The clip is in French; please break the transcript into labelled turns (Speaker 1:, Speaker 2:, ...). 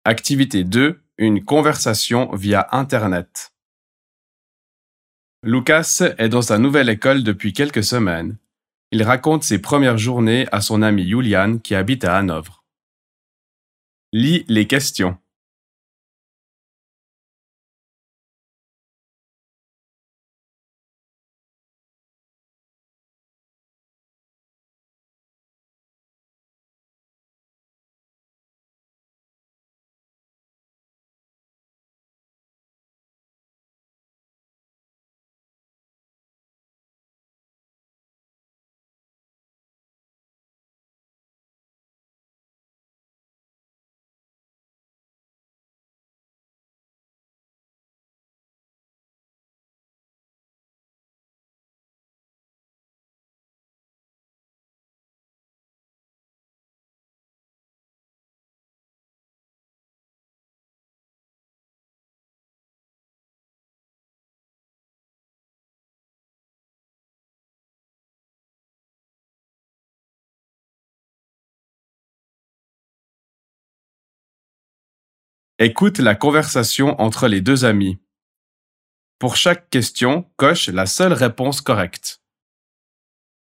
Speaker 1: Activité 2. Une conversation via Internet. Lucas est dans sa nouvelle école depuis quelques semaines. Il raconte ses premières journées à son ami Julian qui habite à Hanovre. Lis les questions. Écoute la conversation entre les deux amis. Pour chaque question, coche la seule réponse correcte.